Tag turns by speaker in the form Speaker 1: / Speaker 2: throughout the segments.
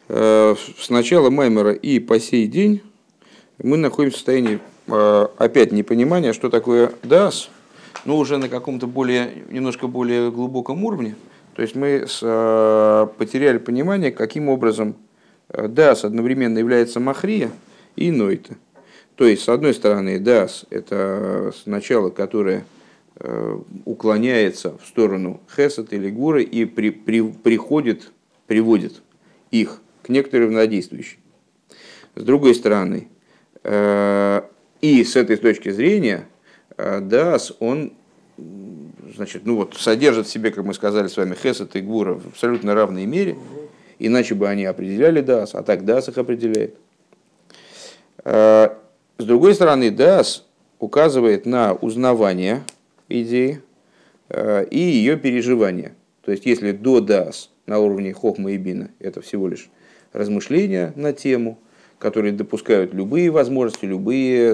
Speaker 1: С начала Маймера и по сей день мы находимся в состоянии опять непонимания, что такое даас, но уже на каком-то немножко более глубоком уровне. То есть мы потеряли понимание, каким образом даас одновременно является махрия и нойта. То есть, с одной стороны, даас – это начало, которое уклоняется в сторону хесед или гуры и приводит их к некоторой равнодействующей. С другой стороны, и с этой точки зрения, даас, он содержит в себе, как мы сказали с вами, хесед и гура в абсолютно равной мере, иначе бы они определяли даас, а так даас их определяет. С другой стороны, даас указывает на узнавание идеи и ее переживание. То есть, если до даас на уровне хохма и бина это всего лишь размышления на тему, которые допускают любые возможности, любые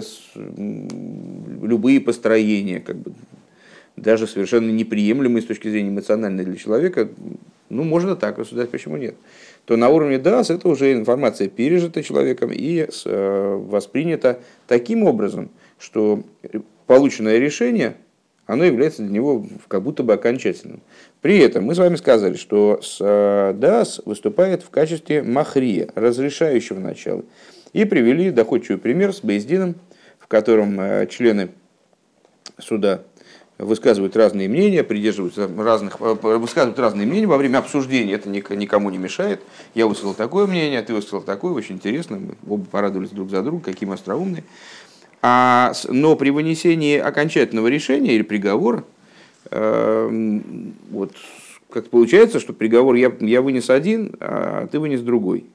Speaker 1: построения, даже совершенно неприемлемые с точки зрения эмоциональной для человека, можно так рассуждать, почему нет, то на уровне даас это уже информация пережита человеком и воспринята таким образом, что полученное решение, оно является для него как будто бы окончательным. При этом мы с вами сказали, что даас выступает в качестве махрия, разрешающего начала. И привели доходчивый пример с бейс-дином, в котором члены суда высказывают разные мнения, высказывают разные мнения во время обсуждения. Это никому не мешает. Я высказал такое мнение, ты высказал такое. Очень интересно. Мы оба порадовались друг за друга, какие мы остроумные. Но при вынесении окончательного решения или приговора, как получается, что приговор я вынес один, а ты вынес другой.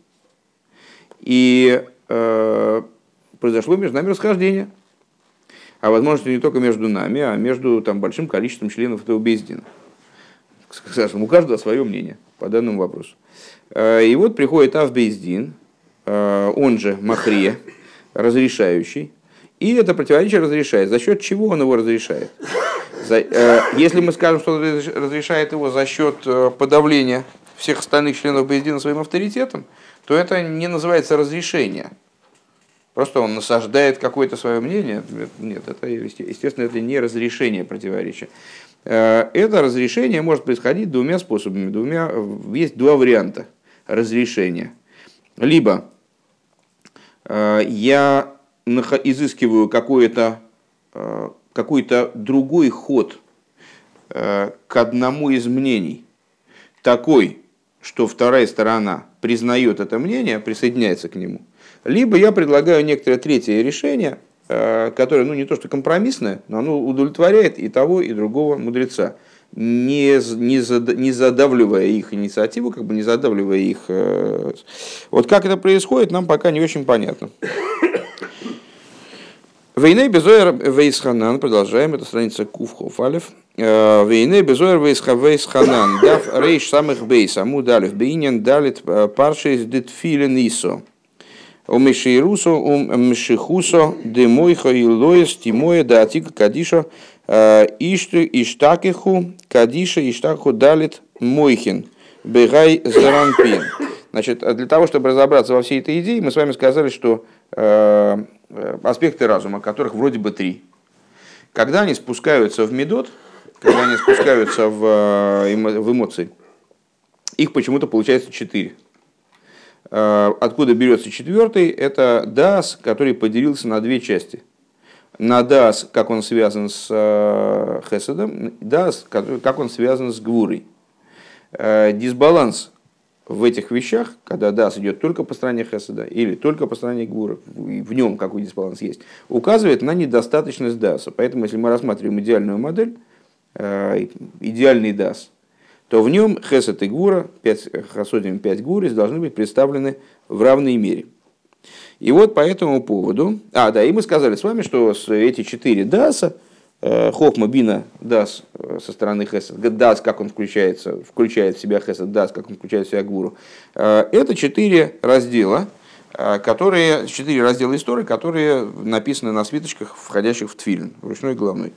Speaker 1: И произошло между нами расхождение. А возможно, не только между нами, а между большим количеством членов этого бейс-дина. Скажем, у каждого свое мнение по данному вопросу. И вот приходит бейс-дин, он же махрия, разрешающий, и это противоречие разрешает. За счет чего он его разрешает? Если мы скажем, что он разрешает его за счет подавления всех остальных членов бейс-дина своим авторитетом, то это не называется разрешение. Просто он насаждает какое-то свое мнение. Нет, это, естественно, это не разрешение противоречия. Это разрешение может происходить двумя способами. Есть два варианта разрешения. Либо я изыскиваю какой-то другой ход к одному из мнений, такой, что вторая сторона признает это мнение, присоединяется к нему. Либо я предлагаю некоторое третье решение, которое не то что компромиссное, но оно удовлетворяет и того, и другого мудреца, не задавливая их инициативу, не задавливая их. Вот как это происходит, нам пока не очень понятно. Вейней безоер вейсханан, продолжаем, это страница Куфхов Алеф. Вейней безоер вейсханан, дав рейш самых бейс, амуд алеф, бейнен далит паршейс дитфилен исо. Умеширусо, умешихусо, демойха и лоес, тимоя, да атика кадиша, иштакиху, кадиша, иштакиху далит мойхин, бегай заранпин. Значит, для того, чтобы разобраться во всей этой идее, мы с вами сказали, что аспекты разума, которых вроде бы три. Когда они спускаются в медот, когда они спускаются в эмоции, их почему-то получается 4. Откуда берется 4? Это даас, который поделился на 2 части. На даас, как он связан с хеседом, даас, как он связан с гвурой. Дисбаланс в этих вещах, когда даас идет только по стороне хеседа или только по стороне гвуры, в нем какой дисбаланс есть, указывает на недостаточность дааса. Поэтому, если мы рассматриваем идеальную модель, идеальный даас, то в нем хесед и гура, 5 хасодим, 5 гурис, должны быть представлены в равной мере. И вот по этому поводу... и мы сказали с вами, что эти 4 даса, хохма, бина, дас со стороны хесед, дас, как он включает в себя хесед, дас, как он включает в себя гуру, это 4 раздела, 4 раздела истории, которые написаны на свиточках, входящих в тфилин, ручной и головной.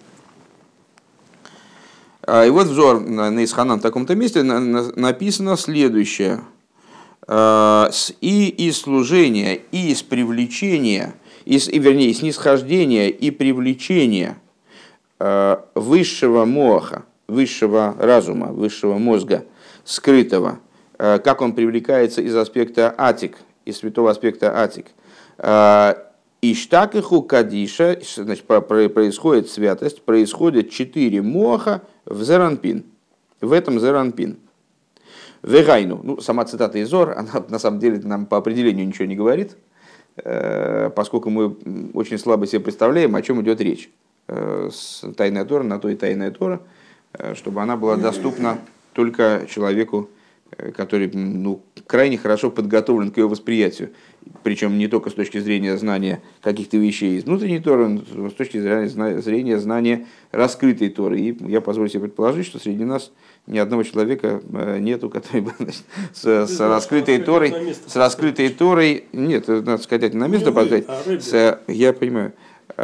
Speaker 1: И вот взор на Исханан в таком-то месте написано следующее. И из служения, и из привлечения, вернее, из снисхождения и привлечения высшего моха, высшего разума, высшего мозга, скрытого, как он привлекается из аспекта атик, из святого аспекта атик. Иштакиху кадиша, значит, происходит святость, происходит 4 моха в зеранпин, в этом зеранпин. Вегайну, ну, сама цитата из Зор, она на самом деле нам по определению ничего не говорит, поскольку мы очень слабо себе представляем, о чем идет речь. Тайная Тора, на то и тайная Тора, чтобы она была доступна только человеку, который крайне хорошо подготовлен к ее восприятию. Причем не только с точки зрения знания каких-то вещей из внутренней Торы, но с точки зрения знания раскрытой Торы. И я позволю себе предположить, что среди нас ни одного человека нету, который бы, значит, с раскрытой Торой, нет, надо сказать, на место поставить, я понимаю,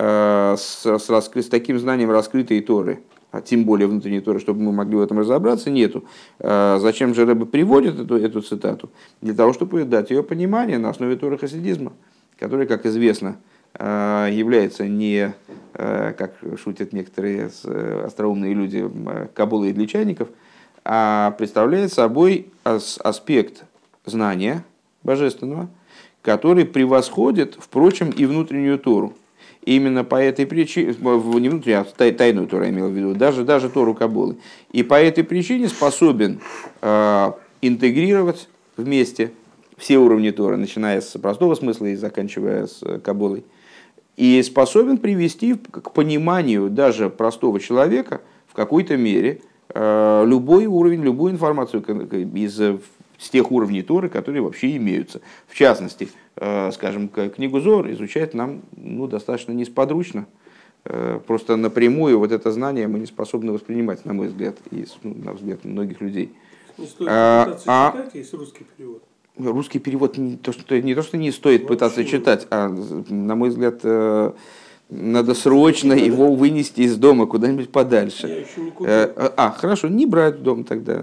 Speaker 1: с таким знанием раскрытой Торы, а тем более внутренней Торы, чтобы мы могли в этом разобраться, нету. Зачем же Ребе приводит эту цитату? Для того, чтобы дать ее понимание на основе Торы хасидизма, который, как известно, является не, как шутят некоторые остроумные люди, кабулой для чайников, а представляет собой аспект знания божественного, который превосходит, впрочем, и внутреннюю Тору. И именно по этой причине, не внутреннюю, а тайную Тору я имел в виду, даже Тору Кабулы. И по этой причине способен интегрировать вместе все уровни Торы, начиная с простого смысла и заканчивая с Кабулой. И способен привести к пониманию даже простого человека в какой-то мере любой уровень, любую информацию с тех уровней Торы, которые вообще имеются. В частности, скажем, книгу Зор изучать нам достаточно несподручно. Просто напрямую вот это знание мы не способны воспринимать, на мой взгляд, и на взгляд многих людей.
Speaker 2: Не стоит пытаться читать, есть русский перевод.
Speaker 1: Русский перевод не то, что не стоит пытаться читать, а, на мой взгляд, надо срочно его вынести из дома куда-нибудь подальше.
Speaker 2: Я еще не купил.
Speaker 1: Хорошо, не брать в дом тогда.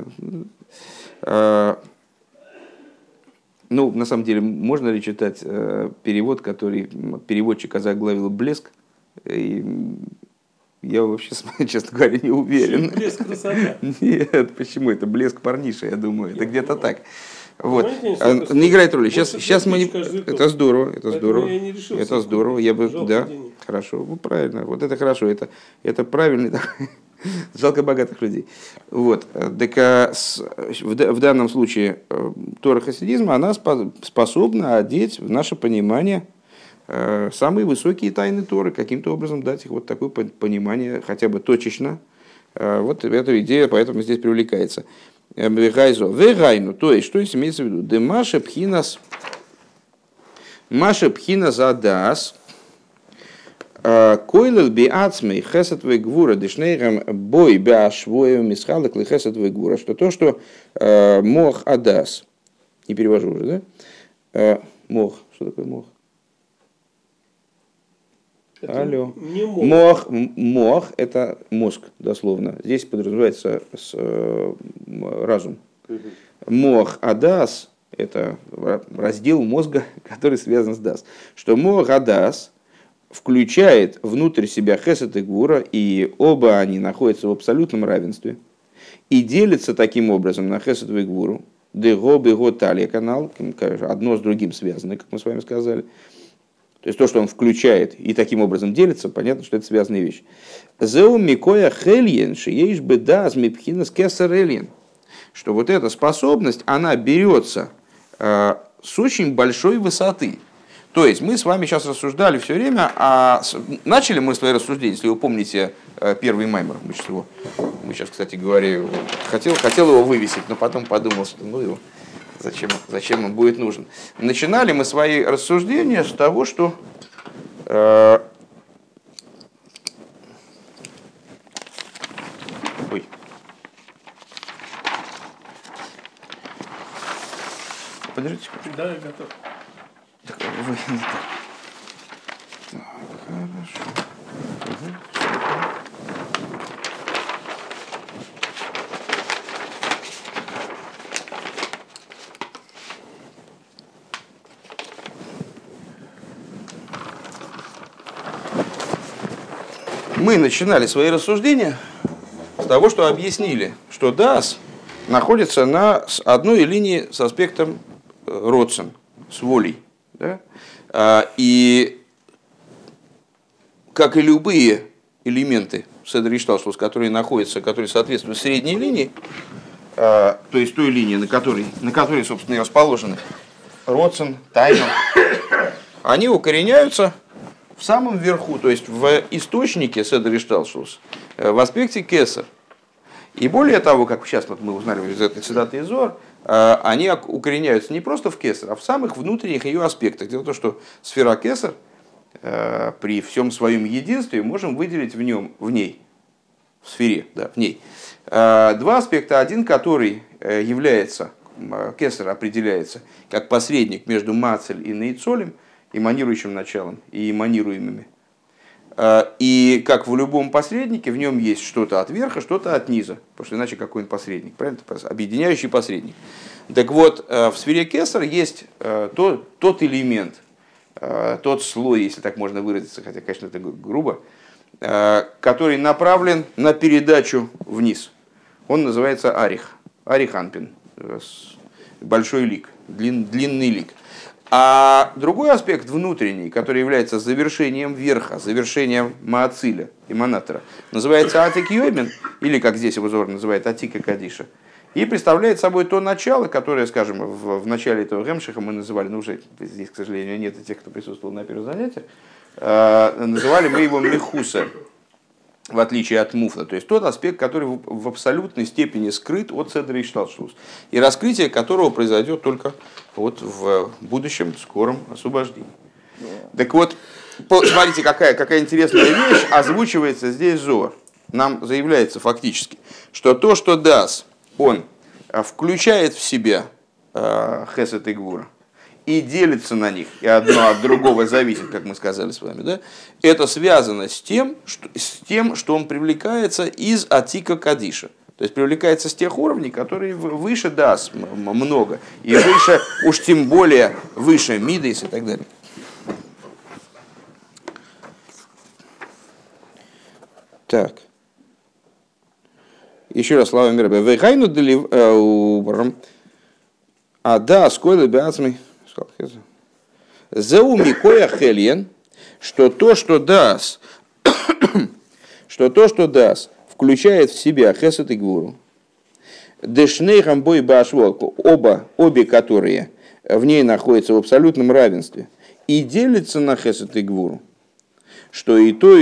Speaker 1: На самом деле, можно ли читать перевод, который переводчик озаглавил «Блеск»? И я вообще, честно говоря, не уверен.
Speaker 2: Блеск красота.
Speaker 1: Нет, почему? Это блеск парниша, я думаю. Это где-то так. Вот. Не играет роли. Сейчас мы не... Это здорово, это здорово. Это здорово. Я бы, да, хорошо, правильно. Вот это хорошо. Это правильно. Жалко богатых людей. Вот. Так, в данном случае Тора хасидизма, она способна одеть в наше понимание самые высокие тайны Торы, каким-то образом дать их вот такое понимание, хотя бы точечно. Вот эта идея поэтому здесь привлекается. Вегайну, то есть, что здесь имеется в виду? Де Маша Пхинас Адас Койлел биацмей хесет вегвура дешнейрам бой беашвою мисхалек ли хесет вегвура. Что то, что мох Адас, не перевожу уже, да? Мох, что такое мох? Алло. Мох – это мозг, дословно. Здесь подразумевается разум. Мох Адас – это раздел мозга, который связан с Дас. Что Мох Адас включает внутрь себя Хесед и Гвура, и оба они находятся в абсолютном равенстве, и делятся таким образом на Хесед и Гвуру. Дего, бего, талия канал, одно с другим связано, как мы с вами сказали. То есть то, что он включает и таким образом делится, понятно, что это связанные вещи. Зеу микоя хельен шиеш бедаз мипхинас кесар эльен. Что вот эта способность, она берется с очень большой высоты. То есть мы с вами сейчас рассуждали все время, начали мы свои рассуждения, если вы помните первый маймер, мы сейчас, кстати говоря, хотел его вывесить, но потом подумал, что его. Зачем он будет нужен? Начинали мы свои рассуждения с того, что Подождите.
Speaker 2: Да, я готов.
Speaker 1: Так, хорошо. Мы начинали свои рассуждения с того, что объяснили, что даас находится на одной линии с аспектом родсен, с волей. Да? И как и любые элементы седер ишталшус, которые соответствуют средней линии, то есть той линии, на которой собственно, и расположены родсен, тайна, они укореняются в самом верху, то есть в источнике седер ишталшус, в аспекте кесар. И более того, как сейчас мы узнали из этой цитаты из Зоар, они укореняются не просто в кесар, а в самых внутренних ее аспектах. Дело в том, что сфера кесар при всем своем единстве можем выделить в ней, в сфере, да, в ней, два аспекта. Один, который является, кесар определяется как посредник между мацель и нейцолем, эманирующим началом и эманируемыми. И как в любом посреднике, в нем есть что-то от верха, что-то от низа. Потому что иначе какой он посредник, правильно? Объединяющий посредник. Так вот, в сфере кесар есть тот элемент, тот слой, если так можно выразиться, хотя, конечно, это грубо, который направлен на передачу вниз. Он называется арих, ариханпин, большой лик, длинный лик. А другой аспект внутренний, который является завершением верха, завершением маациля, эманатора, называется атик йомин, или, как здесь его Зоар называет, атика кадиша, и представляет собой то начало, которое, скажем, в начале этого гемшиха мы называли, ну уже здесь, к сожалению, нет тех, кто присутствовал на первом занятии, называли мы его мехуса, в отличие от муфла, то есть тот аспект, который в абсолютной степени скрыт от седер ишталшус, и раскрытие которого произойдет только вот в будущем скором освобождении. Так вот, смотрите, какая интересная вещь озвучивается здесь Зоар. Нам заявляется фактически, что то, что даас, он включает в себя хесед и гвура, и делится на них, и одно от другого зависит, как мы сказали с вами, да? Это связано с тем, что он привлекается из атика кадиша. То есть привлекается с тех уровней, которые выше даас много, и выше, уж тем более, выше мидейс и так далее. Так. Еще раз, слава мира. Вейхайну делив а да, скойлы беацмей. Заумикоя хельен, что то, что даас, включает в себя хесед и гвуру, дешнейхам бой башвол, обе которые в ней находятся в абсолютном равенстве, и делятся на хесед и гвуру, что и то,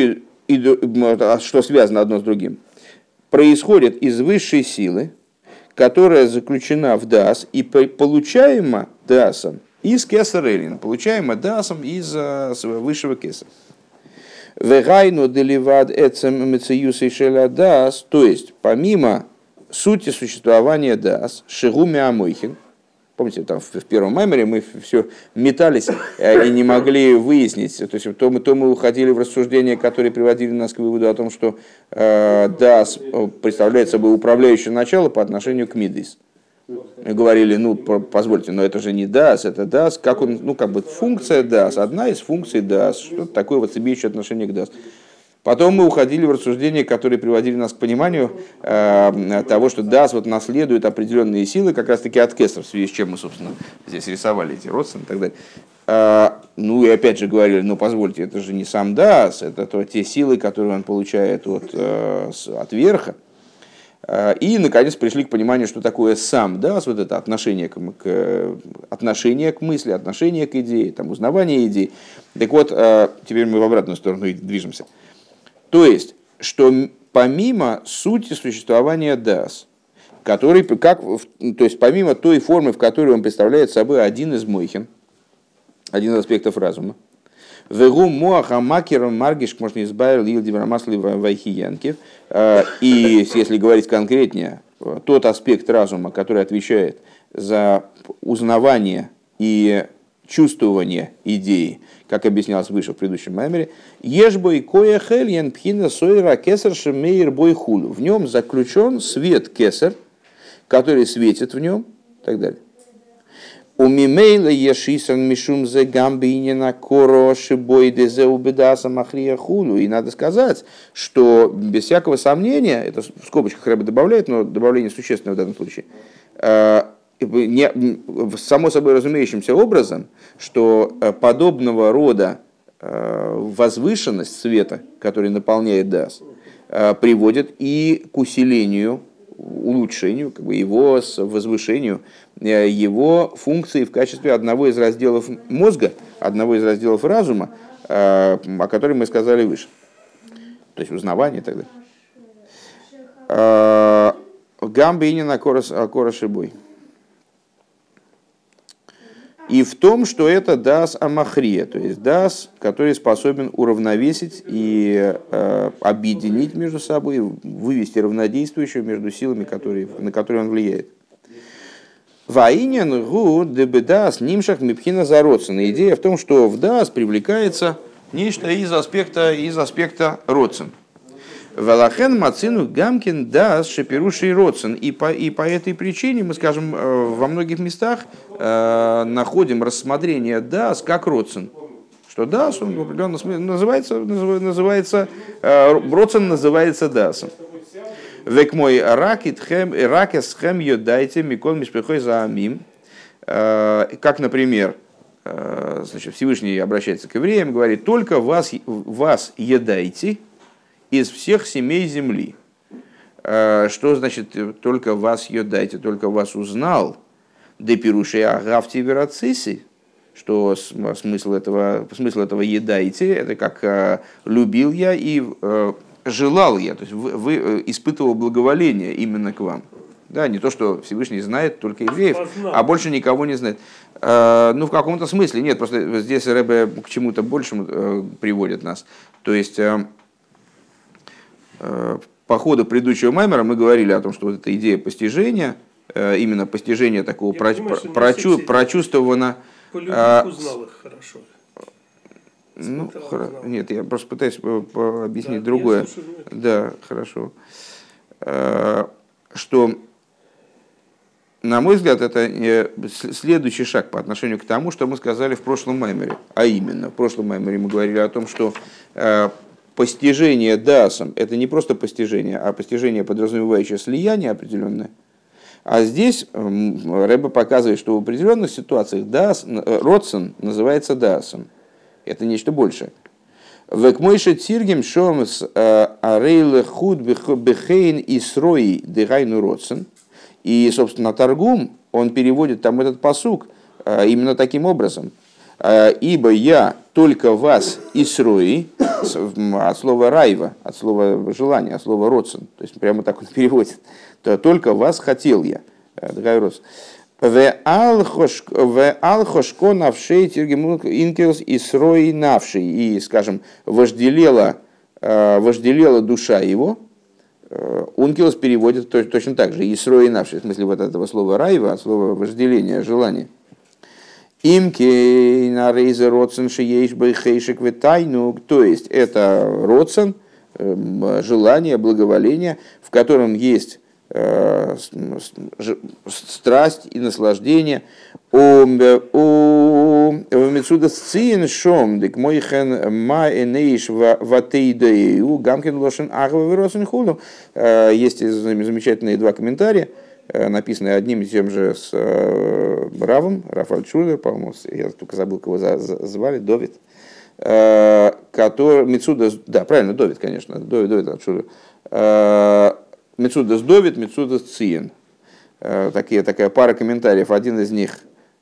Speaker 1: что связано одно с другим, происходит из высшей силы, которая заключена в даас и получаема даасом из кесар элин, получаемо даасом из высшего кесара. Вегайну деливад эцем мецеюсей шеля даас, то есть помимо сути существования даас, шигуми амойхин. Помните, там в первом маймере мы все метались и не могли выяснить. То есть то мы уходили в рассуждения, которые приводили нас к выводу о том, что даас представляет собой управляющее начало по отношению к мидейс. Мы говорили, ну, позвольте, но это же не даас, это даас, как он, ну, как бы функция даас, одна из функций даас, что-то такое вот имеющее отношение к даас. Потом мы уходили в рассуждения, которые приводили нас к пониманию того, что даас вот наследует определенные силы, как раз-таки от кесар, в связи с чем мы, собственно, здесь рисовали эти родственные и так далее. Ну и опять же говорили, ну, позвольте, это же не сам даас, это те силы, которые он получает от верха. И, наконец, пришли к пониманию, что такое сам даас, вот это отношение к мысли, отношение к идее, там, узнавание идей. Так вот, теперь мы в обратную сторону движемся. То есть, что помимо сути существования даас, который, то есть помимо той формы, в которой он представляет собой один из мойхин, один из аспектов разума, вегу моаха макером маргиш можно избавил илдиврамасли вайхиянкив, и если говорить конкретнее, тот аспект разума, который отвечает за узнавание и чувствование идеи, как объяснялось выше в предыдущем маймере, ешбой коя хельен пхина сойра кесар шемейр бой хулу. В нем заключен свет кесар, который светит в нем, и так далее. У мимейла ешисан мишум зе гамбинина коро шибойде зе убедаса махрия хулу. И надо сказать, что без всякого сомнения, это в скобочках Рэбе добавляет, но добавление существенное в данном случае, само собой разумеющимся образом, что подобного рода возвышенность света, который наполняет дас, приводит и к усилению, улучшению, как бы его возвышению, его функции в качестве одного из разделов мозга, одного из разделов разума, о котором мы сказали выше. То есть узнавание и так далее. Гамбинин акорошибой. И в том, что это дас амахрия, то есть дас, который способен уравновесить и объединить между собой, вывести равнодействующего между силами, на которые он влияет. Ваинен гу дебедас нимшах мипхина зароцен. Идея в том, что в дас привлекается нечто из аспекта роцен. Валахен мацину гамкин дас шеперуши роцен. И по этой причине мы, скажем, во многих местах находим рассмотрение дас как роцен. Что дас, он в определенном смысле называется роцен называется дасом. Век мой ракес хэм йодайте микол мишпехой заамим. Как, например, значит, Всевышний обращается к евреям и говорит: только вас едайте из всех семей земли. Что значит только вас едайте, только вас узнал? Депируши агавти верацисси. Что смысл этого едайте, это как любил я и желал я, то есть вы испытывал благоволение именно к вам. Да, не то, что Всевышний знает только евреев, а больше никого не знает. Ну, в каком-то смысле нет, просто здесь Ребе к чему-то большему приводит нас. То есть по ходу предыдущего маймера мы говорили о том, что вот эта идея постижения, именно постижение такого прочувствовано.
Speaker 2: Узнал их хорошо.
Speaker 1: Ну, нет, я просто пытаюсь объяснить другое. Да, хорошо. Что, на мой взгляд, это следующий шаг по отношению к тому, что мы сказали в прошлом маймере. А именно, в прошлом маймере мы говорили о том, что постижение дасом – это не просто постижение, а постижение, подразумевающее слияние определенное. А здесь Ребе показывает, что в определенных ситуациях дас, родсен называется дасом. Это нечто большее. Векмойше тиргем шомс арейле худ бехейн и срои дегайну родсен. И, собственно, Таргум, он переводит там этот пасук именно таким образом. Ибо я только вас и срои, от слова райва, от слова желания, от слова родсен. То есть прямо так он переводит. Только вас хотел я. В алхошко навшей тиргемун инкелс и срой навшей. И, скажем, вожделела душа его. Ункелс переводит точно так же. И срой навшей. В смысле вот этого слова райва, от слова вожделения, желания. Имки на рейзе родсен шиеш бейхейшек ветайну. То есть это родсен, желание, благоволение, в котором есть страсть и наслаждение. У Мецуда сцин шом дик мойхен ма энейш ватейдею гамкин лошен агва виросен худу. Есть замечательные два комментария, написанные одним и тем же с Равом, Раф Альтшулер, по-моему, я только забыл, кого звали, Довид, который Мецуда, да, правильно, Довид, конечно, Довид Альтшулер. Мецудас Довид, Мецудас Циен. Такая пара комментариев. Один из них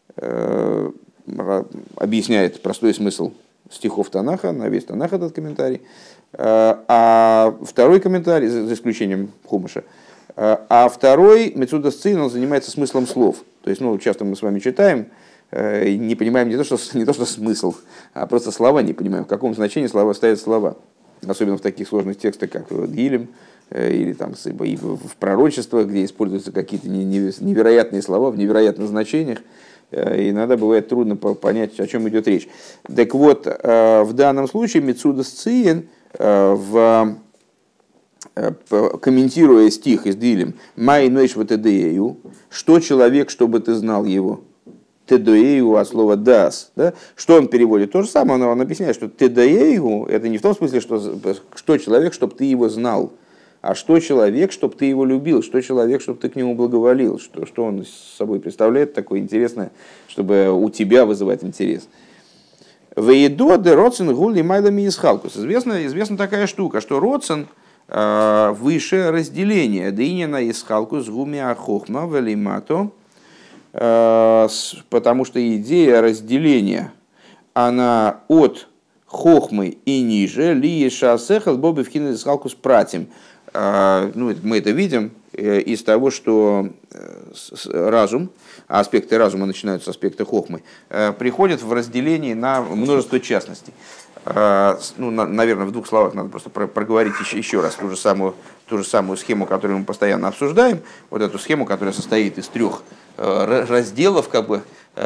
Speaker 1: объясняет простой смысл стихов Танаха, на весь Танах этот комментарий. А второй комментарий, за исключением Хумаша, а второй, Мецудас Циен, он занимается смыслом слов. То есть, часто мы с вами читаем, не понимаем не то, что смысл, а просто слова не понимаем, в каком значении ставят слова. Особенно в таких сложных текстах, как Дилем, или там в пророчествах, где используются какие-то невероятные слова в невероятных значениях. Иногда бывает трудно понять, о чем идет речь. Так вот, в данном случае Мецудас Циен, комментируя стих из Дилем, «Май нойш ватедею», что человек, чтобы ты знал его. тедоею от слова дас. Да? Что он переводит? То же самое, но он объясняет, что тедоею это не в том смысле, что человек, чтобы ты его знал, а что человек, чтобы ты его любил, что человек, чтобы ты к нему благоволил, что он собой представляет такое интересное, чтобы у тебя вызывать интерес. Вейдо де роцен гули майлами из халкус. Известна такая штука, что роцен выше разделения. Дынина из халкус гумиа хохма велимато. Потому что идея разделения, она от хохмы и ниже. Ли шасехал бобы вкинул из халкус пратим. Мы это видим из того, что разум, а аспекты разума начинаются с аспекта хохмы, приходят в разделении на множество частностей. Наверное, в двух словах надо просто проговорить еще раз ту же самую схему, которую мы постоянно обсуждаем. Вот эту схему, которая состоит из трех разделов, трех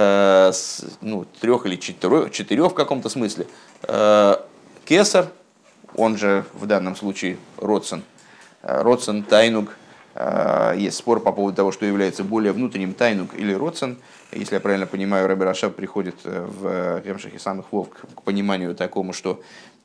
Speaker 1: или четырех в каком-то смысле. Кесар, он же в данном случае Родсен, тайнуг. Есть спор по поводу того, что является более внутренним, тайнуг или Родсен. Если я правильно понимаю, Рабби Рашаб приходит в Ремшах и самых Вов к пониманию такому, что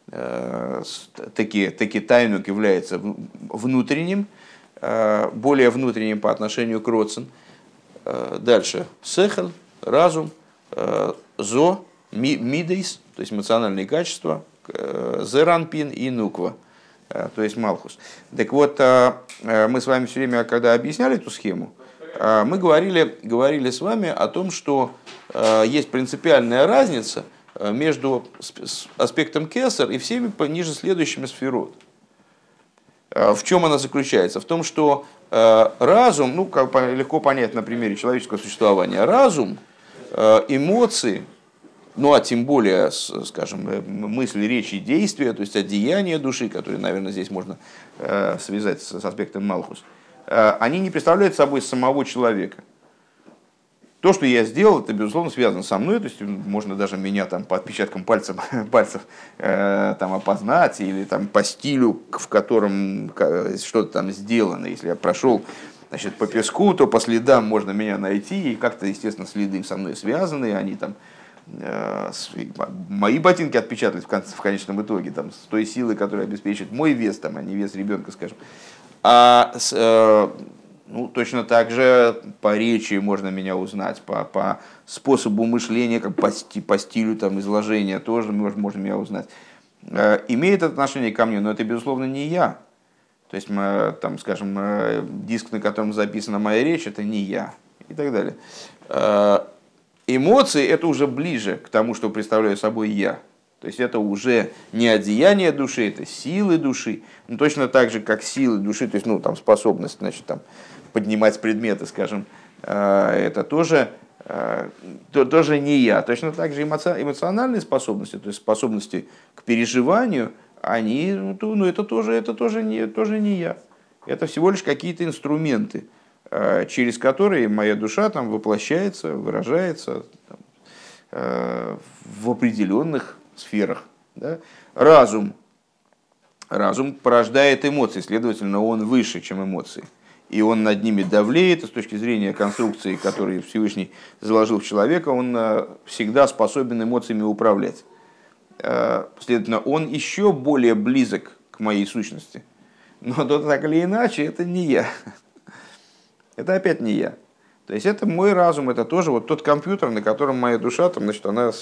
Speaker 1: таки тайнуг является внутренним, более внутренним по отношению к Родсен. Дальше сехел, разум, зо, мидейс, то есть эмоциональные качества, зеранпин и нуква, то есть малхус. Так вот, мы с вами все время, когда объясняли эту схему, мы говорили с вами о том, что есть принципиальная разница между аспектом кесар и всеми ниже следующими сферот. В чем она заключается? В том, что разум, легко понять на примере человеческого существования, разум, эмоции, а тем более, скажем, мысли, речи, действия, то есть одеяния души, которые, наверное, здесь можно связать с аспектом малхус, они не представляют собой самого человека. То, что я сделал, это, безусловно, связано со мной, то есть можно даже меня там, по отпечаткам пальцев там, опознать, или там, по стилю, в котором что-то там сделано. Если я прошел, значит, по песку, то по следам можно меня найти, и как-то, естественно, следы со мной связаны, они там, мои ботинки отпечатались в конечном итоге там, с той силой, которая обеспечит мой вес, там, а не вес ребенка, скажем. Точно так же по речи можно меня узнать, по способу мышления, как по стилю там, изложения тоже можно меня узнать. Имеет отношение ко мне, но это, безусловно, не я. То есть, там, скажем, диск, на котором записана моя речь, это не я и так далее. Эмоции – это уже ближе к тому, что представляю собой я. То есть это уже не одеяние души, это силы души. Точно так же, как силы души, то есть способность, значит, там, поднимать предметы, скажем, это тоже не я. Точно так же эмоциональные способности, то есть способности к переживанию, они, это тоже не я. Это всего лишь какие-то инструменты, через которые моя душа там воплощается, выражается там, в определенных сферах. Да? Разум порождает эмоции, следовательно, он выше, чем эмоции. И он над ними давлеет, и с точки зрения конструкции, которую Всевышний заложил в человека, он всегда способен эмоциями управлять. Следовательно, он еще более близок к моей сущности. Но так или иначе, это не я. Это опять не я. То есть это мой разум, это тоже вот тот компьютер, на котором моя душа, там, значит, она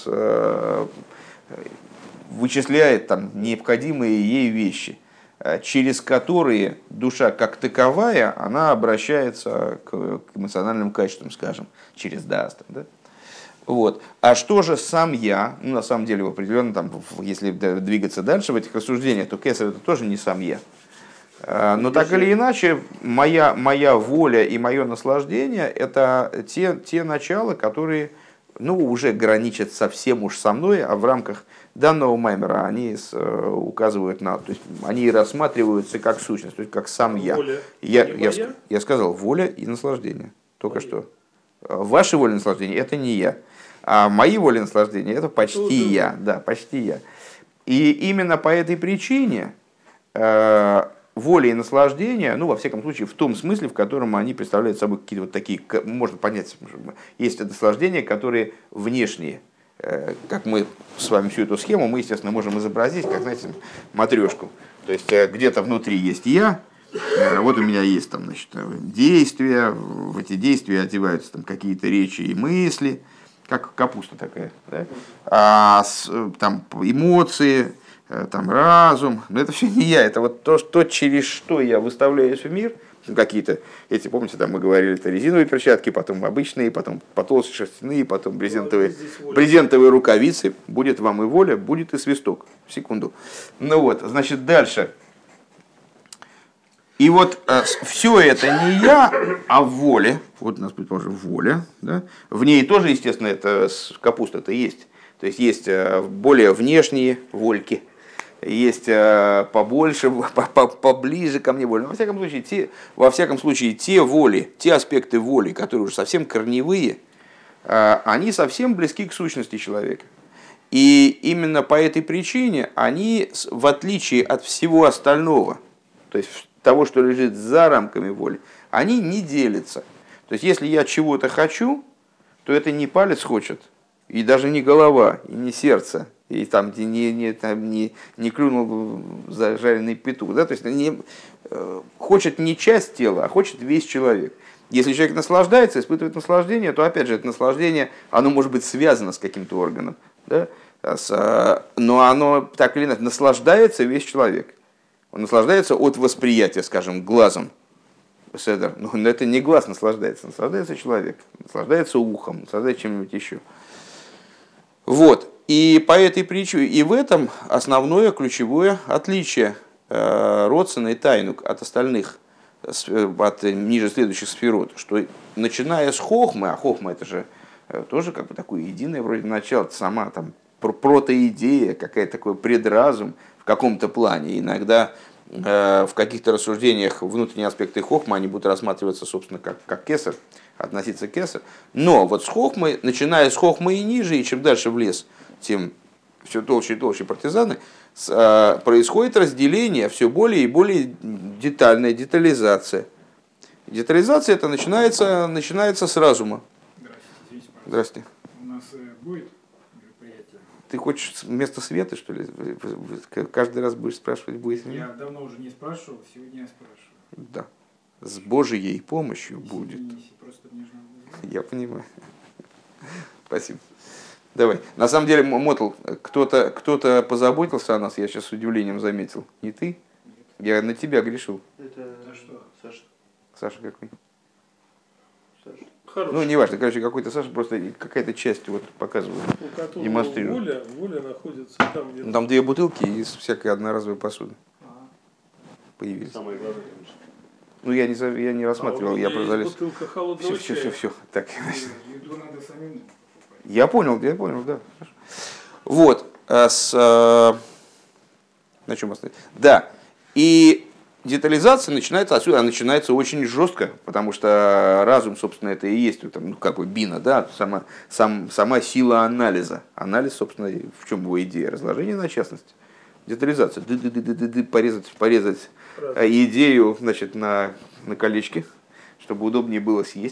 Speaker 1: вычисляет там, необходимые ей вещи, через которые душа как таковая, она обращается к эмоциональным качествам, скажем, через даст. Да? Вот. А что же сам я, на самом деле, в определенном, там, если двигаться дальше в этих рассуждениях, то кесар это тоже не сам я. Но так или иначе, моя воля и мое наслаждение – это те начала, которые уже граничат совсем уж со мной, а в рамках данного маймера они указывают на… То есть они рассматриваются как сущность, то есть как сам я. Я сказал, воля и наслаждение. Только что. Ваша воля и наслаждение – это не я. А мои воли и наслаждения – это почти я. Да, почти я. И именно по этой причине… воля и наслаждение, ну, во всяком случае, в том смысле, в котором они представляют собой какие-то вот такие, можно понять, есть наслаждения, которые внешние. Как мы с вами всю эту схему, мы, естественно, можем изобразить, как, знаете, матрешку. То есть где-то внутри есть я, вот у меня есть там, значит, действия, в эти действия одеваются там какие-то речи и мысли, как капуста такая, да? Там эмоции, там разум, но это все не я, это вот то, через что я выставляюсь в мир, какие-то, эти, помните, там мы говорили, это резиновые перчатки, потом обычные, потом потолще шерстяные, потом брезентовые рукавицы, будет вам и воля, будет и свисток, секунду. Ну вот, значит, дальше. И вот все это не я, а воле, вот у нас, предположим, воля, да? В ней тоже, естественно, это капуста-то есть, то есть есть более внешние вольки, есть побольше, поближе ко мне воли. Но во всяком случае, те воли, те аспекты воли, которые уже совсем корневые, они совсем близки к сущности человека. И именно по этой причине они, в отличие от всего остального, то есть того, что лежит за рамками воли, они не делятся. То есть если я чего-то хочу, то это не палец хочет, и даже не голова, и не сердце, и там не клюнул зажаренный петух. Да? То есть хочет не часть тела, а хочет весь человек. Если человек наслаждается, испытывает наслаждение, то опять же это наслаждение, оно может быть связано с каким-то органом. Да? Но оно так или иначе наслаждается весь человек. Он наслаждается от восприятия, скажем, глазом. Но это не глаз наслаждается человек, наслаждается ухом, наслаждается чем-нибудь еще. Вот. И по этой причине, и в этом основное ключевое отличие Родсена и Тайнук от остальных, от ниже следующих сферот, что начиная с Хохмы, а Хохма это же тоже как бы такое единое вроде начало, это сама там протоидея, какая-то такой предразум в каком-то плане. Иногда в каких-то рассуждениях внутренние аспекты Хохмы, они будут рассматриваться, собственно, как кесар, относиться к кесар. Но вот с Хохмой, начиная с Хохмы и ниже, и чем дальше в лес, тем все толще и толще партизаны, происходит разделение, все более и более детальная детализация. Детализация это начинается с разума. Здравствуйте.
Speaker 3: У нас будет мероприятие?
Speaker 1: Ты хочешь вместо Светы, что ли? Каждый раз будешь спрашивать, будет ли?
Speaker 3: Я давно уже не спрашивал, сегодня я спрашиваю.
Speaker 1: Да. С Божьей помощью будет.
Speaker 3: Просто мне же надо...
Speaker 1: Я понимаю. Спасибо. Давай. На самом деле, Мотл, кто-то позаботился о нас, я сейчас с удивлением заметил. Не ты?
Speaker 3: Нет.
Speaker 1: Я на тебя грешил.
Speaker 2: Это
Speaker 3: что?
Speaker 2: Саша.
Speaker 1: Sasha какой?
Speaker 2: Саша.
Speaker 1: Ну, неважно, короче, какой-то Саша, просто какая-то часть вот показывает.
Speaker 2: У которого
Speaker 1: демонстрирует.
Speaker 2: воля находится там, где...
Speaker 1: Там 2 бутылки из всякой одноразовой посуды появились.
Speaker 2: Самое главное, конечно.
Speaker 1: Ну, я не рассматривал, я просто залез.
Speaker 2: Бутылка холодного чая.
Speaker 1: Все. Так.
Speaker 3: Еду надо самим.
Speaker 1: Я понял, да. Вот. На чем остановить? Да. И детализация начинается отсюда, она начинается очень жестко, потому что разум, собственно, это и есть как бы бина, да, сама сила анализа. Анализ, собственно, в чем его идея? Разложение на частности. Детализация. Порезать идею, значит, на колечки, чтобы удобнее было съесть.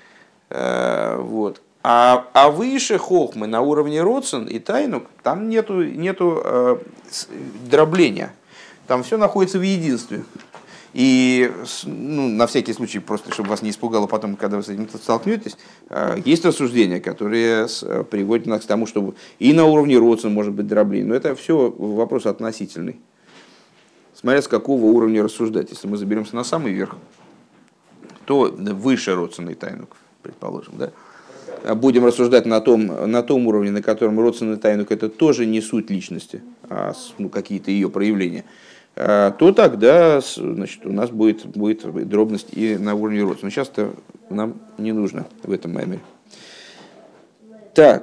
Speaker 1: Вот. А выше Хохмы, на уровне Родсен и Тайнук, там нету дробления. Там все находится в единстве. И на всякий случай, просто чтобы вас не испугало потом, когда вы с этим столкнетесь, есть рассуждения, которые приводят нас к тому, что и на уровне Родсен может быть дробление. Но это все вопрос относительный. Смотря с какого уровня рассуждать. Если мы заберемся на самый верх, то выше Родсен и Тайнук, предположим, да? Будем рассуждать на том уровне, на котором Родсен и Тайнук это тоже не суть личности, а какие-то ее проявления, то тогда, значит, у нас будет дробность и на уровне Родсен. Но сейчас-то нам не нужно в этом маймере. Так.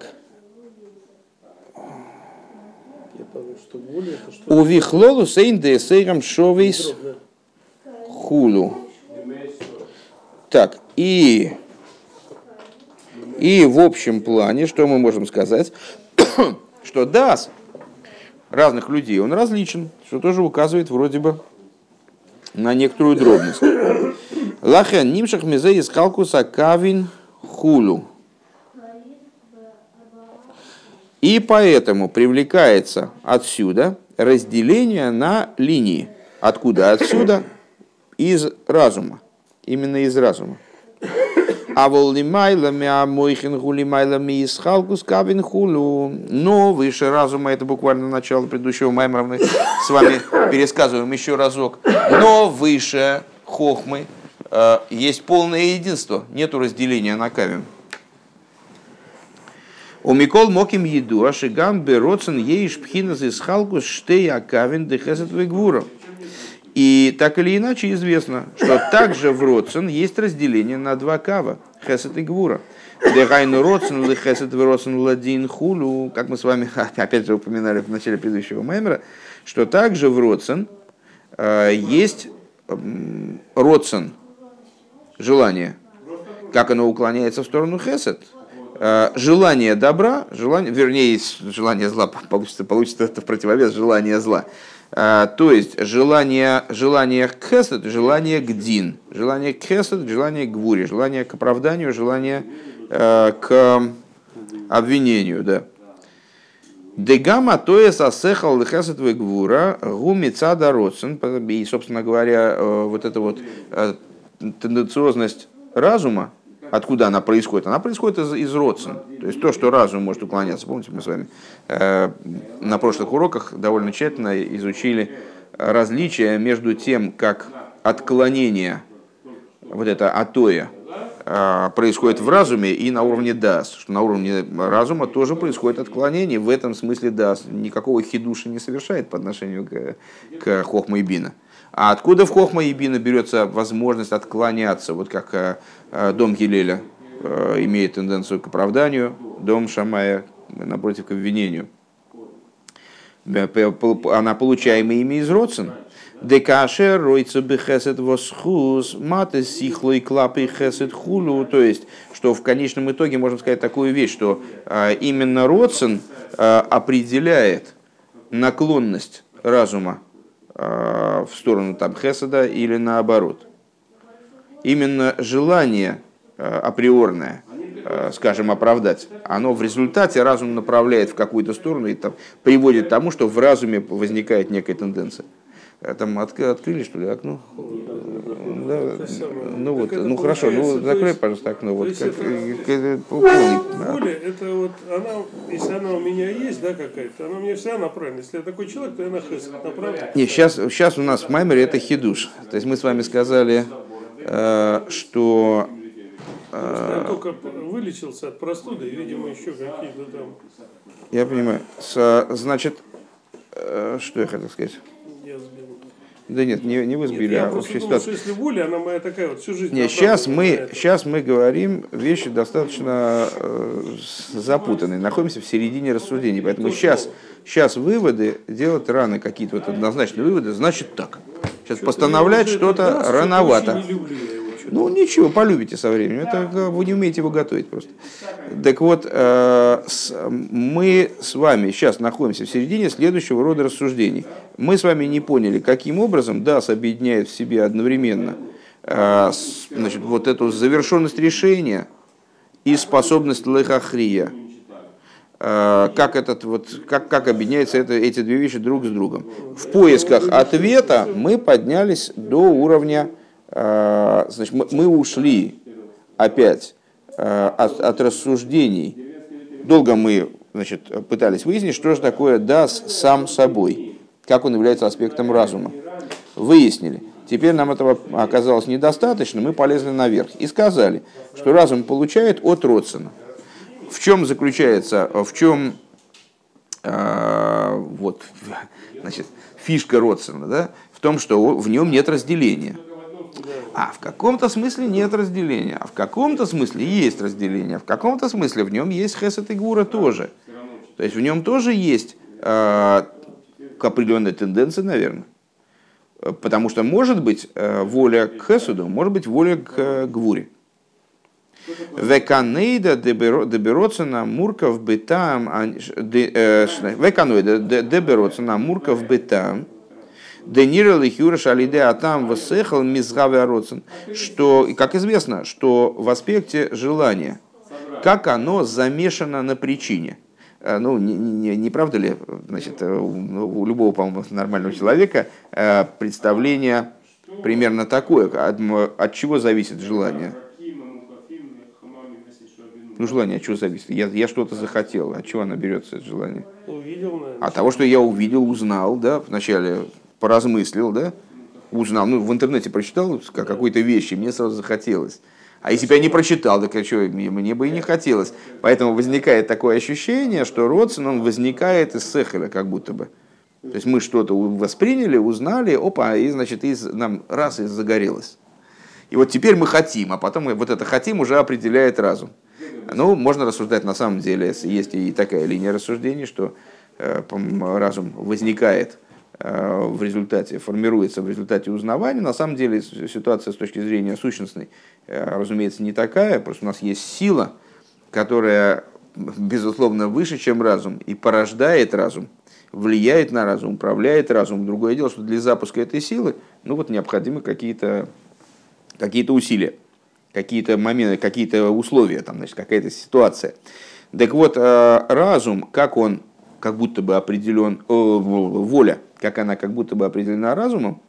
Speaker 2: Я понял, что воля это что?
Speaker 1: У вихлолу сейн де сейрам шовейс хулу. Так, и в общем плане, что мы можем сказать, что дас разных людей, он различен, что тоже указывает вроде бы на некоторую дробность. Лахен нимшах мизе из халкуса кавин хулу. И поэтому привлекается отсюда разделение на линии. Откуда? Отсюда? Из разума. Именно из разума. А воллимайлами, а мойхин гулимайлами из халкус кавин хулу. Но выше разума, это буквально начало предыдущего маймера, мы с вами пересказываем еще разок. Но выше хохмы есть полное единство, нету разделения на кавин. У Микол моким еду, а шигам бероцен еиш пхинас из халкус штея кавин дехесет вегвура. И так или иначе известно, что также в Роцен есть разделение на два кава, хесед и гвура. Дегайну Роцен или хесед в Роцен ладин хулу, как мы с вами опять же упоминали в начале предыдущего маймера, что также в Роцен есть Роцен, желание, как оно уклоняется в сторону хесед. Желание добра, желание зла, получится это в противовес желания зла. То есть желание к хесед, желание к дин, желание к хесед, желание к гвуре, желание к оправданию, желание к обвинению. Да. Дегама тоес асехал хесед ве гвура гуми цада родсен. И, собственно говоря, вот эта вот тенденциозность разума, откуда она происходит? Она происходит из родсен. То есть то, что разум может уклоняться. Помните, мы с вами на прошлых уроках довольно тщательно изучили различия между тем, как отклонение, вот это атоя, происходит в разуме и на уровне дас. Что на уровне разума тоже происходит отклонение. В этом смысле дас никакого хидуша не совершает по отношению к хохма и бина. А откуда в хохма и бина берется возможность отклоняться, вот как дом Гилеля имеет тенденцию к оправданию, дом Шамая, напротив, к обвинению. Она получаемая ими из родствен. Декашер ройца бехесед восхус маты сихлой клапы хесед хулу. То есть, что в конечном итоге можно сказать такую вещь, что именно родствен определяет наклонность разума в сторону там хеседа или наоборот. Именно желание априорное, скажем, оправдать, оно в результате разум направляет в какую-то сторону и там, приводит к тому, что в разуме возникает некая тенденция. Там открыли, что ли, окно? Да. Ну вот, ну хорошо, ну закрой, пожалуйста, окно. Вот,
Speaker 2: воля, это вот она, если она у меня есть, да, какая-то, она у меня всегда направлена. Если я такой человек, то я на хесед направлен.
Speaker 1: Не, сейчас у нас в маймере это хидуш. То есть мы с вами сказали, что...
Speaker 2: Я только вылечился от простуды, и, видимо, еще какие-то там...
Speaker 1: Я понимаю. Значит, что я хотел сказать?
Speaker 2: Я сбил.
Speaker 1: Да нет, не вы сбили,
Speaker 2: я
Speaker 1: а
Speaker 2: просто
Speaker 1: общая
Speaker 2: думал,
Speaker 1: ситуация.
Speaker 2: что если воля, она моя такая вот всю жизнь.
Speaker 1: Нет, сейчас мы говорим вещи достаточно запутанные, находимся в середине рассуждений, поэтому сейчас выводы делать рано, какие-то вот однозначные выводы, значит так. Сейчас постановлять что-то рановато. Ну ничего, полюбите со временем, это вы не умеете его готовить просто. Так вот, мы с вами сейчас находимся в середине следующего рода рассуждений. Мы с вами не поняли, каким образом дас объединяет в себе одновременно значит, вот эту завершенность решения и способность лехахрия. Как объединяются эти две вещи друг с другом. В поисках ответа мы поднялись до уровня, значит, мы ушли опять от рассуждений. Долго мы, значит, пытались выяснить, что же такое дас сам собой, как он является аспектом разума. Выяснили. Теперь нам этого оказалось недостаточно, мы полезли наверх и сказали, что разум получает от родствена. В чем заключается, вот, значит, фишка родствена, да? В том, что в нем нет разделения. А в каком-то смысле нет разделения, а в каком-то смысле есть разделение, а в каком-то смысле в нем есть хесед и гвура тоже. То есть в нем тоже есть определенная тенденция, наверное. Потому что может быть воля к хеседу, может быть воля к гвуре. Веканейда деберется на мурков бетам, веканейда деберется на мурков бетам, Денира лихюра шалиде атам высехал мизгаве роцен. Что, как известно, что в аспекте желания, как оно замешано на причине. Ну, не правда ли, значит, у любого, по-моему, нормального человека представление примерно такое, от чего зависит желание. Ну, желание от чего зависит? Я что-то захотел, от чего оно берется, это желание?
Speaker 2: Увидел, наверное.
Speaker 1: От того, что я увидел, узнал, да, вначале поразмыслил, да, узнал, ну, в интернете прочитал какой-то вещи, мне сразу захотелось. А если бы я не прочитал, так что, мне бы и не хотелось. Поэтому возникает такое ощущение, что родствен, он возникает из сехеля, как будто бы. То есть мы что-то восприняли, узнали, опа, и, значит, нам раз и загорелось. И вот теперь мы хотим, а потом вот это хотим уже определяет разум. Ну, можно рассуждать на самом деле, есть и такая линия рассуждений, что разум возникает в результате, формируется в результате узнавания. На самом деле ситуация с точки зрения сущностной, разумеется, не такая. Просто у нас есть сила, которая, безусловно, выше, чем разум, и порождает разум, влияет на разум, управляет разумом. Другое дело, что для запуска этой силы необходимы какие-то усилия, какие-то моменты, какие-то условия, там, значит, какая-то ситуация. Так вот, разум, как будто бы определен, воля, как она как будто бы определена разумом,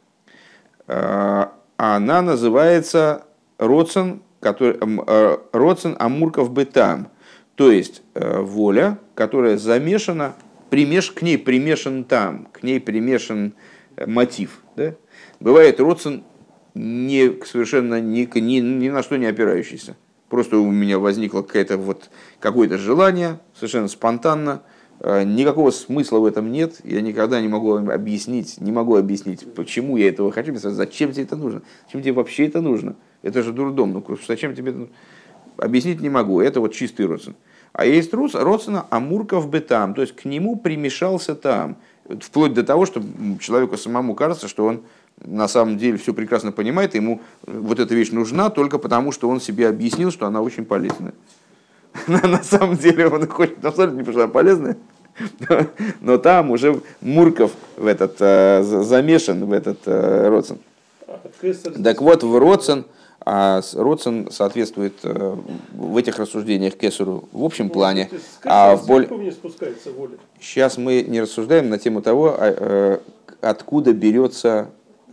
Speaker 1: она называется роцен амурков бетам, то есть воля, которая замешана, к ней примешан там, к ней примешан мотив. Да? Бывает роцен совершенно ни на что не опирающийся. Просто у меня возникло какое-то желание, совершенно спонтанно, никакого смысла в этом нет, я никогда не могу объяснить, почему я этого хочу, зачем тебе это нужно, зачем тебе вообще это нужно, это же дурдом, ну зачем тебе это нужно? Объяснить не могу, это вот чистый родствен. А есть родствена амурков бетам, то есть к нему примешался там, вплоть до того, что человеку самому кажется, что он на самом деле все прекрасно понимает, ему вот эта вещь нужна только потому, что он себе объяснил, что она очень полезная. На самом деле он хочет абсолютно не потому, что она полезная, но там уже Мурков замешан в этот родствен. Так вот, в родствен соответствует в этих рассуждениях кесару в общем плане. Сейчас мы не рассуждаем на тему того, откуда берется...
Speaker 2: У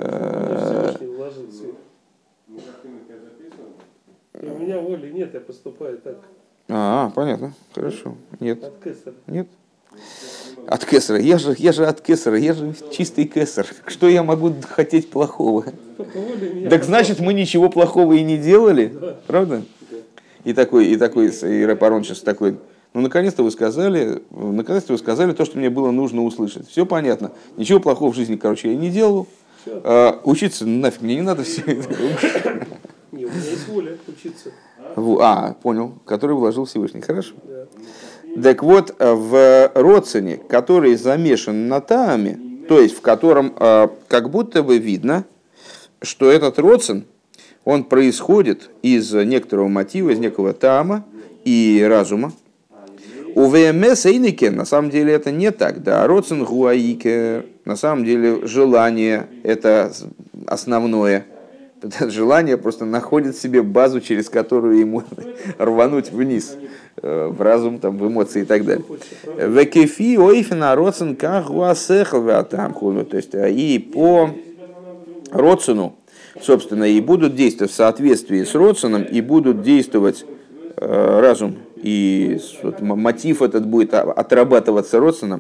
Speaker 2: меня воли нет, я поступаю так.
Speaker 1: Понятно, хорошо. Нет.
Speaker 2: От кесаря.
Speaker 1: Нет. От кесаря. Я же от кесаря, я же чистый кесар. Что я могу хотеть плохого? Так значит, мы ничего плохого и не делали, да. Правда? Да. И Рапарон сейчас такой. Ну, наконец-то вы сказали то, что мне было нужно услышать. Все понятно. Ничего плохого в жизни, я не делал. Учиться нафиг мне не надо все это.
Speaker 2: Не, у меня есть воля учиться.
Speaker 1: Понял. Который вложил Всевышний. Хорошо. Да. Так вот, в родствене, который замешан на тааме, то есть в котором как будто бы видно, что этот родствен, он происходит из некоторого мотива, из некого таама и разума. У ВМС Эйнике на самом деле это не так. Да, родствен гуаике, на самом деле желание это основное. Это желание просто находит в себе базу, через которую ему рвануть вниз, в разум, там, в эмоции и так далее. Векефи ойфена родствен как гуасехл ватам. То есть и по родствену, собственно, и будут действовать в соответствии с родственом, и будут действовать разум, и мотив этот будет отрабатываться родственным.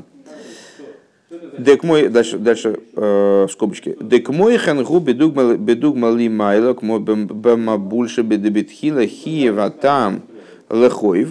Speaker 1: Дальше скобочки. Дек мой хангу бедугмали майлок мо бема больше бедебитхила хиева там лехоев.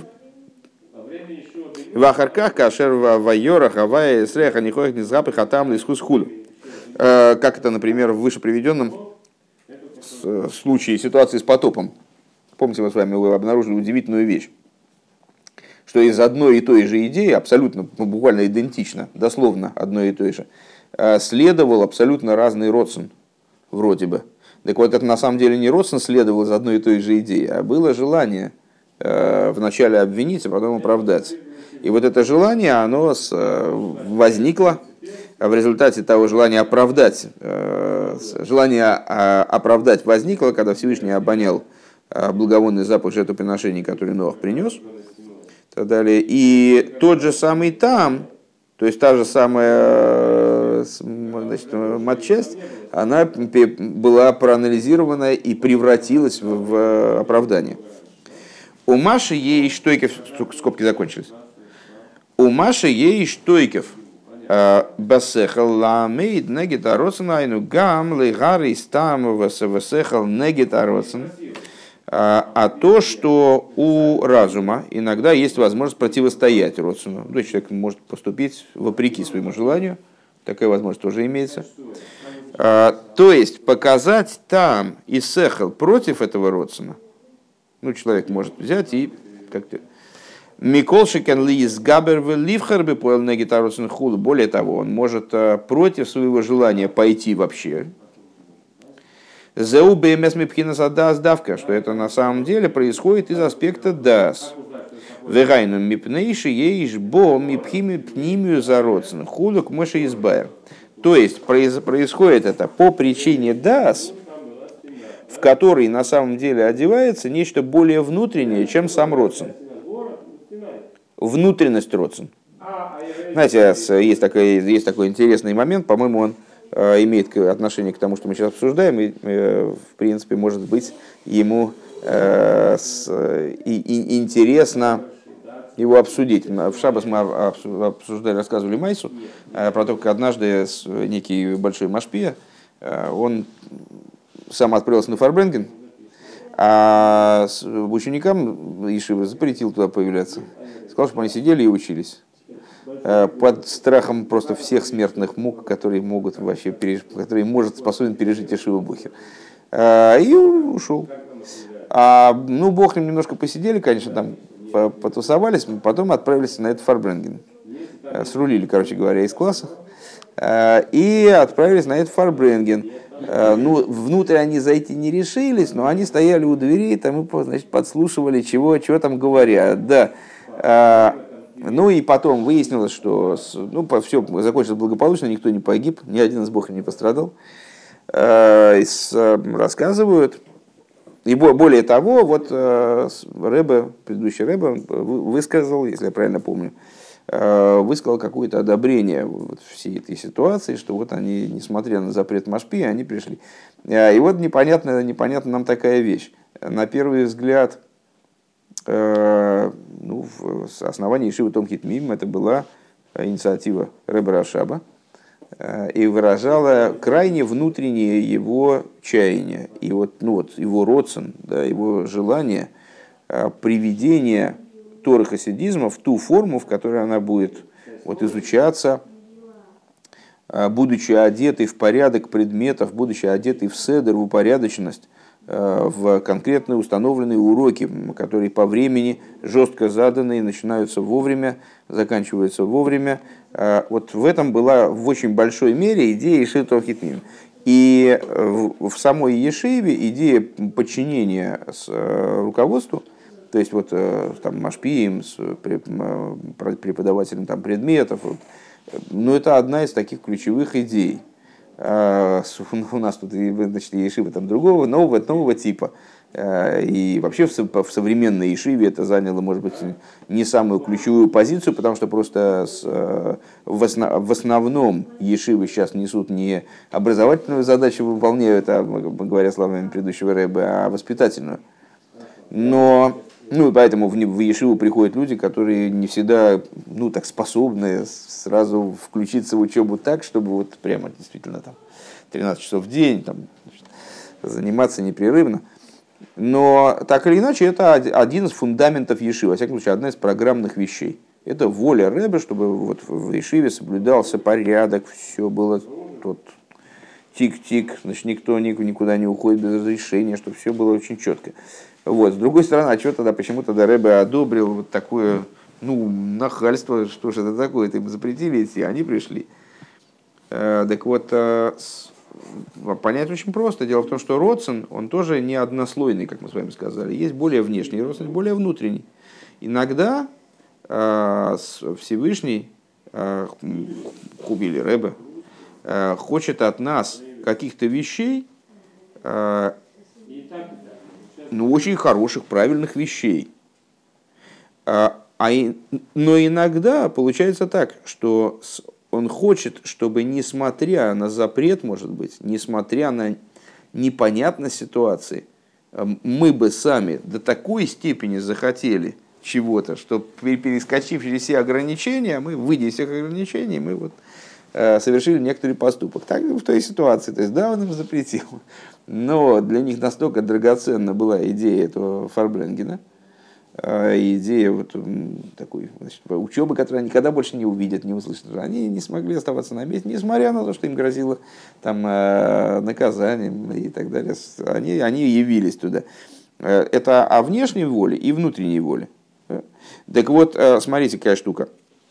Speaker 1: В ахарках кашер вайора хавая среха нихоих низгапых атам лискус хулю. Как это, например, в выше приведенном случае ситуации с потопом. Помните, мы с вами обнаружили удивительную вещь, что из одной и той же идеи, абсолютно, буквально идентично, дословно одной и той же, следовал абсолютно разный родствен, вроде бы. Так вот, это на самом деле не родствен следовал из одной и той же идеи, а было желание вначале обвинить, а потом оправдать. И вот это желание, оно возникло в результате того желание оправдать возникло, когда Всевышний обонял благовонный запах жертвоприношений, который Ноах принес. И так далее. И тот же самый там, то есть та же самая, значит, матчасть, она была проанализирована и превратилась в оправдание. У Маши ей штойкев, скобки закончились. У Маши ей штойкев. Басехал ламейд негитароценайну гам лейгари стам васехал негитароцен. А то, что у разума иногда есть возможность противостоять родственному. То есть человек может поступить вопреки своему желанию, такая возможность тоже имеется. То есть показать там и сехал против этого родственника. Ну, человек может взять и как-то... Миколшикен лиз габер в ливхарбе поел негитаросен хулу. Более того, он может против своего желания пойти вообще. Зеу бмс мипхинас адас давка, что это на самом деле происходит из аспекта дас. Вегайну мипнейши еиш бо мипхими пнимию зародцен хулук мыши избайр. То есть происходит это по причине дас, в который на самом деле одевается нечто более внутреннее, чем сам родцен. Внутренность родцен. Знаете, есть такой интересный момент, по-моему, он имеет отношение к тому, что мы сейчас обсуждаем, и, в принципе, может быть, ему интересно его обсудить. В шаббас мы обсуждали, рассказывали Майсу про то, как однажды некий большой машпия, он сам отправился на Фарбренген, а ученикам Ешивы запретил туда появляться. Сказал, чтобы они сидели и учились. Под страхом просто всех смертных мук, которые может способен пережить Ешива Бухер. И ушел. Ну, Бог с ним немножко посидели, конечно, там потусовались, потом отправились на этот Фарбренген. Срулили, короче говоря, из класса. И отправились на этот Фарбренген. Ну, внутрь они зайти не решились, но они стояли у дверей, там и, значит, подслушивали, чего там говорят. Да. Ну и потом выяснилось, что все закончилось благополучно, никто не погиб, ни один из Бога не пострадал. Рассказывают. И более того, вот предыдущий Ребе высказал, если я правильно помню, высказал какое-то одобрение вот всей этой ситуации, что вот они, несмотря на запрет Машпи, они пришли. И вот непонятна нам такая вещь. На первый взгляд, с основания Ешивы Том Хитмим это была инициатива Ребе Рашаба и выражала крайне внутреннее его чаяние и его роцен, да, его желание приведения Торы хасидизма в ту форму, в которой она будет изучаться, будучи одетой в порядок предметов, будучи одетой в седер, в упорядоченность, в конкретные установленные уроки, которые по времени жестко заданные, начинаются вовремя, заканчиваются вовремя. Вот в этом была в очень большой мере идея Ешивы Том Хитмим. И в самой Ешиве идея подчинения руководству, то есть там Машпием, с преподавателем там, предметов, это одна из таких ключевых идей. У нас тут, значит, Ешива там другого, нового типа. И вообще в современной Ешиве это заняло, может быть, не самую ключевую позицию, потому что просто в основном Ешивы сейчас несут не образовательную задачу, выполняют, говоря словами предыдущего Ребе, а воспитательную. Но поэтому в Ешиву приходят люди, которые не всегда так способны сразу включиться в учебу так, чтобы прямо действительно там 13 часов в день там, заниматься непрерывно. Но так или иначе, это один из фундаментов Ешивы, во всяком случае, одна из программных вещей. Это воля Ребе, чтобы в Ешиве соблюдался порядок, все было тик-тик, значит, никто никуда не уходит без разрешения, чтобы все было очень четко. С другой стороны, почему тогда Ребе одобрил такое нахальство, что же это такое, им запретили идти, они пришли. Так вот, понять очень просто. Дело в том, что родствен, он тоже не однослойный, как мы с вами сказали. Есть более внешний родствен, более внутренний. Иногда Всевышний, Хубили Ребе, хочет от нас каких-то вещей, очень хороших, правильных вещей. Но иногда получается так, что он хочет, чтобы, несмотря на запрет, может быть, несмотря на непонятность ситуации, мы бы сами до такой степени захотели чего-то, что, перескочив через все ограничения, мы, выйдя из всех ограничений, мы вот совершили некоторый поступок. Так в той ситуации. То есть, да, он им запретил. Но для них настолько драгоценна была идея этого Фарбренгена, идея вот такой, значит, учебы, которую они никогда больше не увидят, не услышат. Они не смогли оставаться на месте, несмотря на то, что им грозило там, наказанием и так далее. Они явились туда. Это о внешней воле и внутренней воле. Так вот, смотрите, какая штука.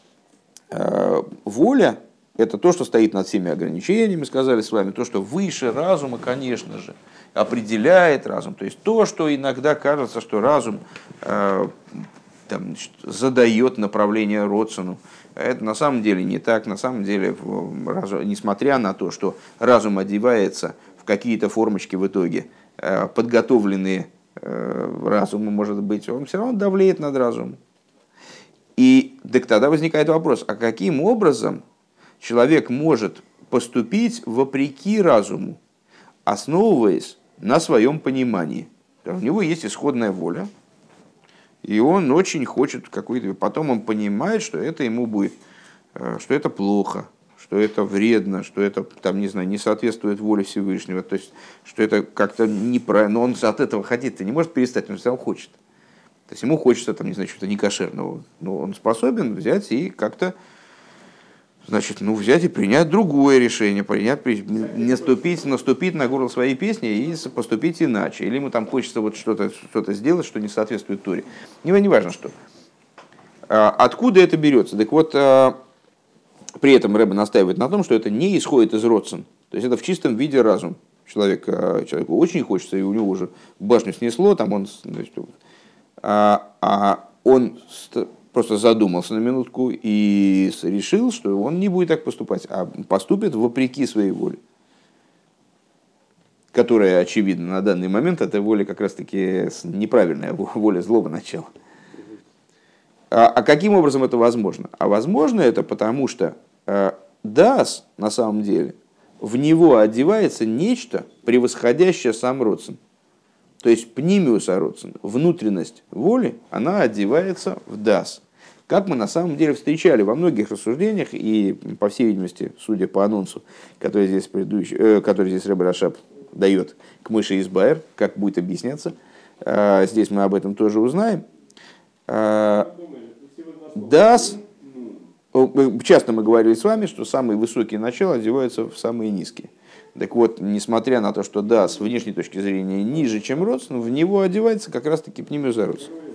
Speaker 1: Воля — это то, что стоит над всеми ограничениями, сказали с вами, то, что выше разума, конечно же, определяет разум. То есть то, что иногда кажется, что разум там, значит, задает направление Родсону. Это на самом деле не так. На самом деле, несмотря на то, что разум одевается в какие-то формочки в итоге, подготовленные разумом, может быть, он все равно давлеет над разумом. И так тогда возникает вопрос, а каким образом человек может поступить вопреки разуму, основываясь на своем понимании? У него есть исходная воля, и он очень хочет какой-то... Потом он понимает, что это ему будет, что это плохо, что это вредно, что это, там, не знаю, не соответствует воле Всевышнего, то есть, что это как-то неправильно. Но он от этого хотеть-то не может перестать, он все равно хочет. То есть ему хочется, там, не знаю, чего-то некошерного. Но он способен взять и как-то, значит, взять и принять другое решение, наступить на горло своей песни и поступить иначе. Или ему там хочется вот что-то сделать, что не соответствует Торе. Не важно что. Откуда это берется? Так вот, при этом Рэбе настаивает на том, что это не исходит из родствен. То есть это в чистом виде разум. Человеку очень хочется, и у него уже башню снесло, там он, значит, он просто задумался на минутку и решил, что он не будет так поступать, а поступит вопреки своей воле, которая, очевидно, на данный момент, это воля как раз-таки неправильная, воля злого начала. А каким образом это возможно? А возможно это потому, что дас, на самом деле, в него одевается нечто, превосходящее сам родствен. То есть пнимиус родствен, внутренность воли, она одевается в дас. Как мы на самом деле встречали во многих рассуждениях, и, по всей видимости, судя по анонсу, который здесь Ребе Рашаб дает к Моше Исбаэр, как будет объясняться, здесь мы об этом тоже узнаем. Дас, часто мы говорили с вами, что самые высокие начала одеваются в самые низкие. Так вот, несмотря на то, что дас с внешней точки зрения ниже, чем родствен, в него одевается как раз-таки пнимиус родствен.